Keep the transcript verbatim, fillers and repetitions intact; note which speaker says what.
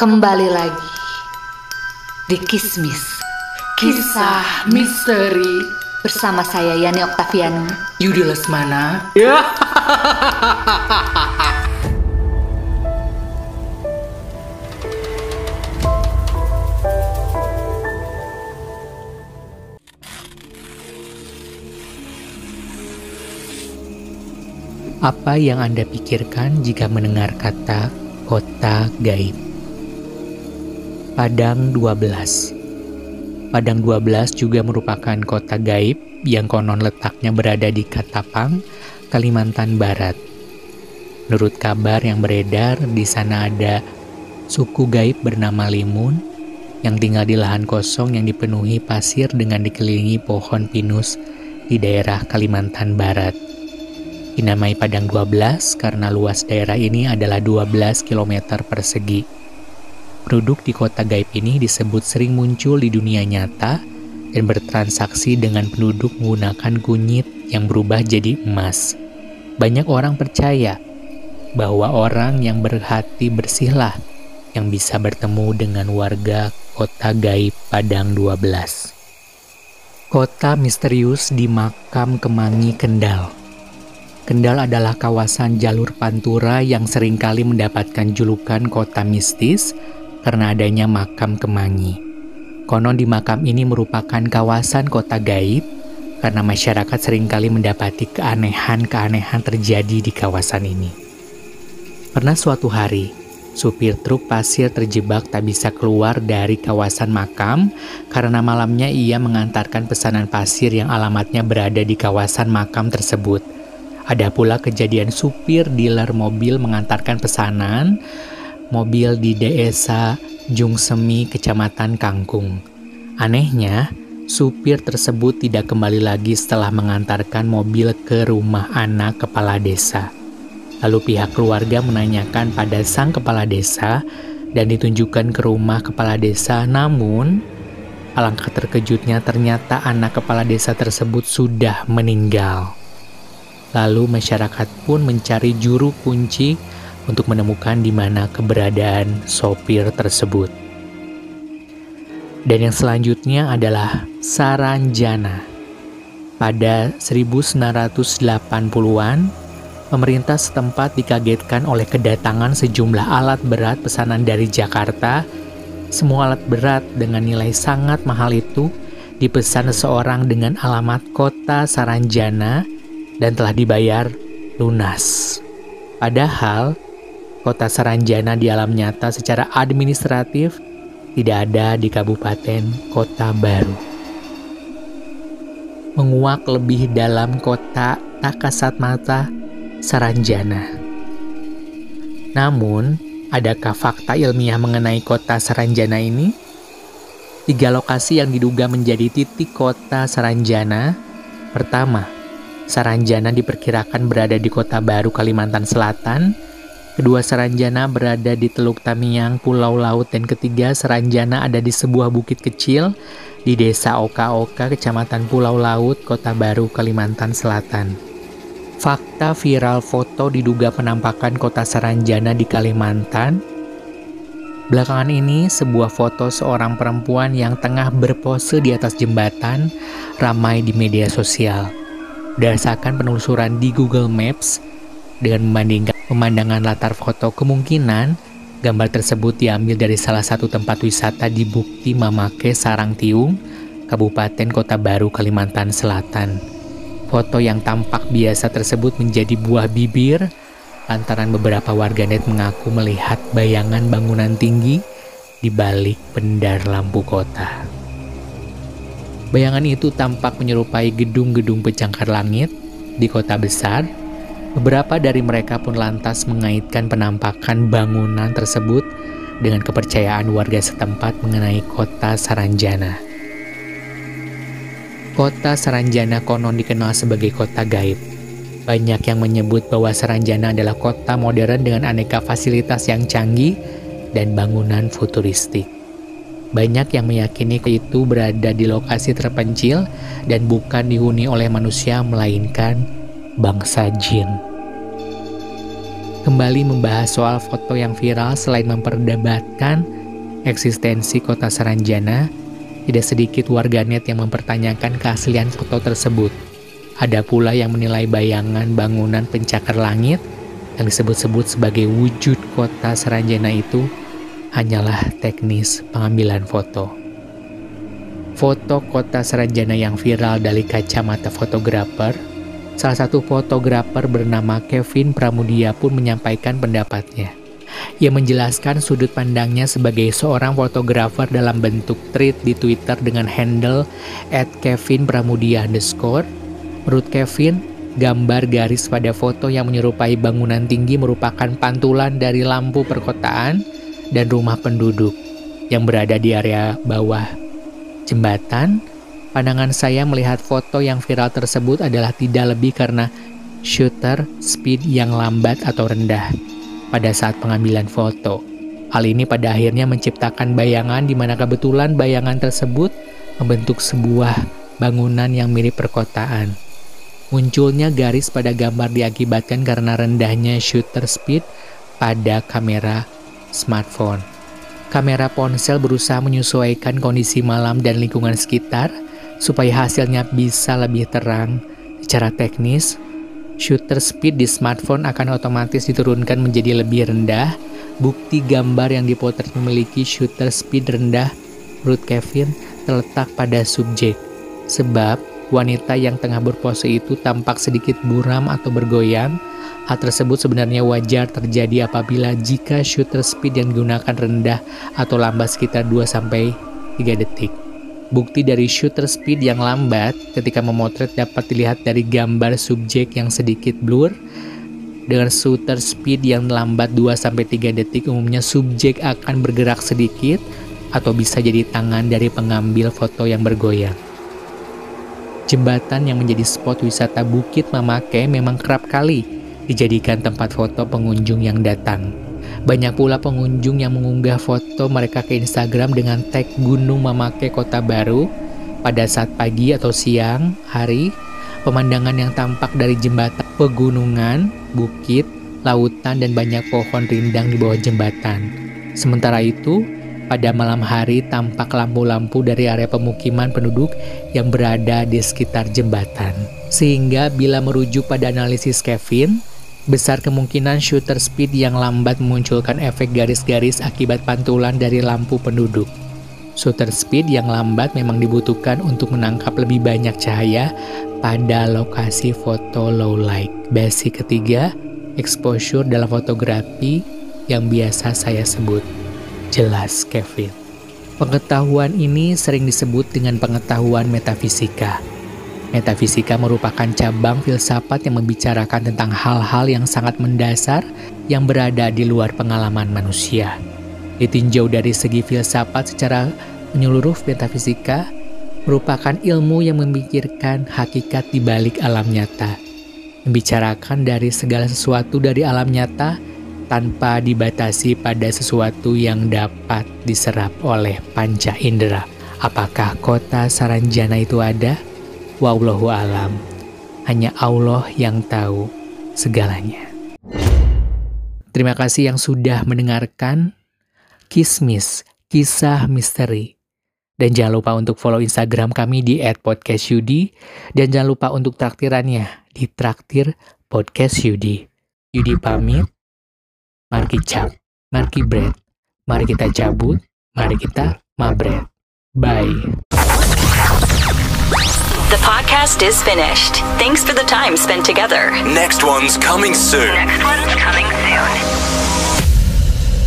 Speaker 1: Kembali lagi di Kismis,
Speaker 2: Kisah Misteri
Speaker 1: bersama saya Yani Oktaviano,
Speaker 2: Yudi Lesmana.
Speaker 3: Apa yang Anda pikirkan jika mendengar kata kota gaib? Padang dua belas. Padang dua belas juga merupakan kota gaib yang konon letaknya berada di Katapang, Kalimantan Barat. Menurut kabar yang beredar, di sana ada suku gaib bernama Limun yang tinggal di lahan kosong yang dipenuhi pasir dengan dikelilingi pohon pinus di daerah Kalimantan Barat. Dinamai Padang dua belas karena luas daerah ini adalah dua belas kilometer persegi. Penduduk di kota gaib ini disebut sering muncul di dunia nyata dan bertransaksi dengan penduduk menggunakan kunyit yang berubah jadi emas. Banyak orang percaya bahwa orang yang berhati bersihlah yang bisa bertemu dengan warga kota gaib Padang dua belas. Kota misterius di Makam Kemangi, Kendal. Kendal adalah kawasan jalur pantura yang seringkali mendapatkan julukan kota mistis karena adanya makam Kemangi. Konon di makam ini merupakan kawasan kota gaib karena masyarakat seringkali mendapati keanehan-keanehan terjadi di kawasan ini. Pernah suatu hari, supir truk pasir terjebak tak bisa keluar dari kawasan makam karena malamnya ia mengantarkan pesanan pasir yang alamatnya berada di kawasan makam tersebut. Ada pula kejadian supir dealer mobil mengantarkan pesanan mobil di desa Jungsemi, Kecamatan Kangkung. Anehnya, supir tersebut tidak kembali lagi setelah mengantarkan mobil ke rumah anak kepala desa. Lalu pihak keluarga menanyakan pada sang kepala desa dan ditunjukkan ke rumah kepala desa, namun alangkah terkejutnya ternyata anak kepala desa tersebut sudah meninggal. Lalu masyarakat pun mencari juru kunci untuk menemukan di mana keberadaan sopir tersebut. Dan yang selanjutnya adalah Saranjana. Pada seribu sembilan ratus delapan puluhan, pemerintah setempat dikagetkan oleh kedatangan sejumlah alat berat pesanan dari Jakarta. Semua alat berat dengan nilai sangat mahal itu dipesan seseorang dengan alamat kota Saranjana dan telah dibayar lunas. Padahal, kota Saranjana di alam nyata secara administratif tidak ada di Kabupaten Kota Baru. Menguak lebih dalam kota tak kasat mata Saranjana. Namun, adakah fakta ilmiah mengenai kota Saranjana ini? Tiga lokasi yang diduga menjadi titik kota Saranjana. Pertama, Saranjana diperkirakan berada di Kota Baru, Kalimantan Selatan. Kedua, Saranjana berada di Teluk Tamiang, Pulau Laut. Dan ketiga, Saranjana ada di sebuah bukit kecil di Desa Oka-Oka, Kecamatan Pulau Laut, Kota Baru, Kalimantan Selatan. Fakta viral foto diduga penampakan kota Saranjana di Kalimantan. Belakangan ini, sebuah foto seorang perempuan yang tengah berpose di atas jembatan ramai di media sosial. Berdasarkan penelusuran di Google Maps, dengan membandingkan pemandangan latar foto, kemungkinan gambar tersebut diambil dari salah satu tempat wisata di Bukti Mamake, Sarangtiung, Kabupaten Kota Baru, Kalimantan Selatan. Foto yang tampak biasa tersebut menjadi buah bibir lantaran beberapa warganet mengaku melihat bayangan bangunan tinggi di balik pendar lampu kota. Bayangan itu tampak menyerupai gedung-gedung pencakar langit di kota besar. Beberapa dari mereka pun lantas mengaitkan penampakan bangunan tersebut dengan kepercayaan warga setempat mengenai kota Saranjana. Kota Saranjana konon dikenal sebagai kota gaib. Banyak yang menyebut bahwa Saranjana adalah kota modern dengan aneka fasilitas yang canggih dan bangunan futuristik. Banyak yang meyakini itu berada di lokasi terpencil dan bukan dihuni oleh manusia melainkan bangsa jin. kembali membahas soal foto yang viral. Selain memperdebatkan eksistensi kota Saranjana, tidak sedikit warganet yang mempertanyakan keaslian foto tersebut. Ada pula yang menilai bayangan bangunan pencakar langit yang disebut-sebut sebagai wujud kota Saranjana itu hanyalah teknis pengambilan foto. Foto kota Saranjana yang viral dari kacamata fotografer, salah satu fotografer bernama Kevin Pramudia pun menyampaikan pendapatnya. Ia menjelaskan sudut pandangnya sebagai seorang fotografer dalam bentuk tweet di Twitter dengan handle at kevin pramudia underscore. Menurut Kevin, gambar garis pada foto yang menyerupai bangunan tinggi merupakan pantulan dari lampu perkotaan dan rumah penduduk yang berada di area bawah jembatan. Pandangan saya melihat foto yang viral tersebut adalah tidak lebih karena shutter speed yang lambat atau rendah pada saat pengambilan foto. Hal ini pada akhirnya menciptakan bayangan di mana kebetulan bayangan tersebut membentuk sebuah bangunan yang mirip perkotaan. Munculnya garis pada gambar diakibatkan karena rendahnya shutter speed pada kamera smartphone. Kamera ponsel berusaha menyesuaikan kondisi malam dan lingkungan sekitar supaya hasilnya bisa lebih terang. Secara teknis, shutter speed di smartphone akan otomatis diturunkan menjadi lebih rendah. Bukti gambar yang dipotret memiliki shutter speed rendah, menurut Kevin, terletak pada subjek. Sebab wanita yang tengah berpose itu tampak sedikit buram atau bergoyang. Hal tersebut sebenarnya wajar terjadi apabila jika shutter speed yang digunakan rendah atau lambat sekitar dua sampai tiga detik. Bukti dari shutter speed yang lambat ketika memotret dapat dilihat dari gambar subjek yang sedikit blur. Dengan shutter speed yang lambat dua sampai tiga detik, umumnya subjek akan bergerak sedikit atau bisa jadi tangan dari pengambil foto yang bergoyang. Jembatan yang menjadi spot wisata Bukit Mamake memang kerap kali dijadikan tempat foto pengunjung yang datang. Banyak pula pengunjung yang mengunggah foto mereka ke Instagram dengan tag Gunung Mamake Kota Baru. Pada saat pagi atau siang hari, pemandangan yang tampak dari jembatan, pegunungan, bukit, lautan, dan banyak pohon rindang di bawah jembatan. Sementara itu, pada malam hari tampak lampu-lampu dari area pemukiman penduduk yang berada di sekitar jembatan. Sehingga bila merujuk pada analisis Kevin, besar kemungkinan shutter speed yang lambat memunculkan efek garis-garis akibat pantulan dari lampu penduduk. Shutter speed yang lambat memang dibutuhkan untuk menangkap lebih banyak cahaya pada lokasi foto low light. Basic ketiga, exposure dalam fotografi yang biasa saya sebut. Jelas Kevin. Pengetahuan ini sering disebut dengan pengetahuan metafisika. Metafisika merupakan cabang filsafat yang membicarakan tentang hal-hal yang sangat mendasar yang berada di luar pengalaman manusia. Ditinjau dari segi filsafat secara menyeluruh, metafisika merupakan ilmu yang memikirkan hakikat di balik alam nyata. Membicarakan dari segala sesuatu dari alam nyata tanpa dibatasi pada sesuatu yang dapat diserap oleh panca indera. Apakah kota Saranjana itu ada? Wallahu alam. Hanya Allah yang tahu segalanya. Terima kasih yang sudah mendengarkan Kismis, Kisah Misteri. Dan jangan lupa untuk follow Instagram kami di et podcast yudi. Dan jangan lupa untuk traktirannya di Traktir Podcast Yudi. Yudi pamit. Mari cap, mari bread, mari kita cabut, mari kita mabret. Bye.
Speaker 4: The podcast is finished. Thanks for the time spent together.
Speaker 5: Next one's coming soon.
Speaker 4: Next one's coming soon.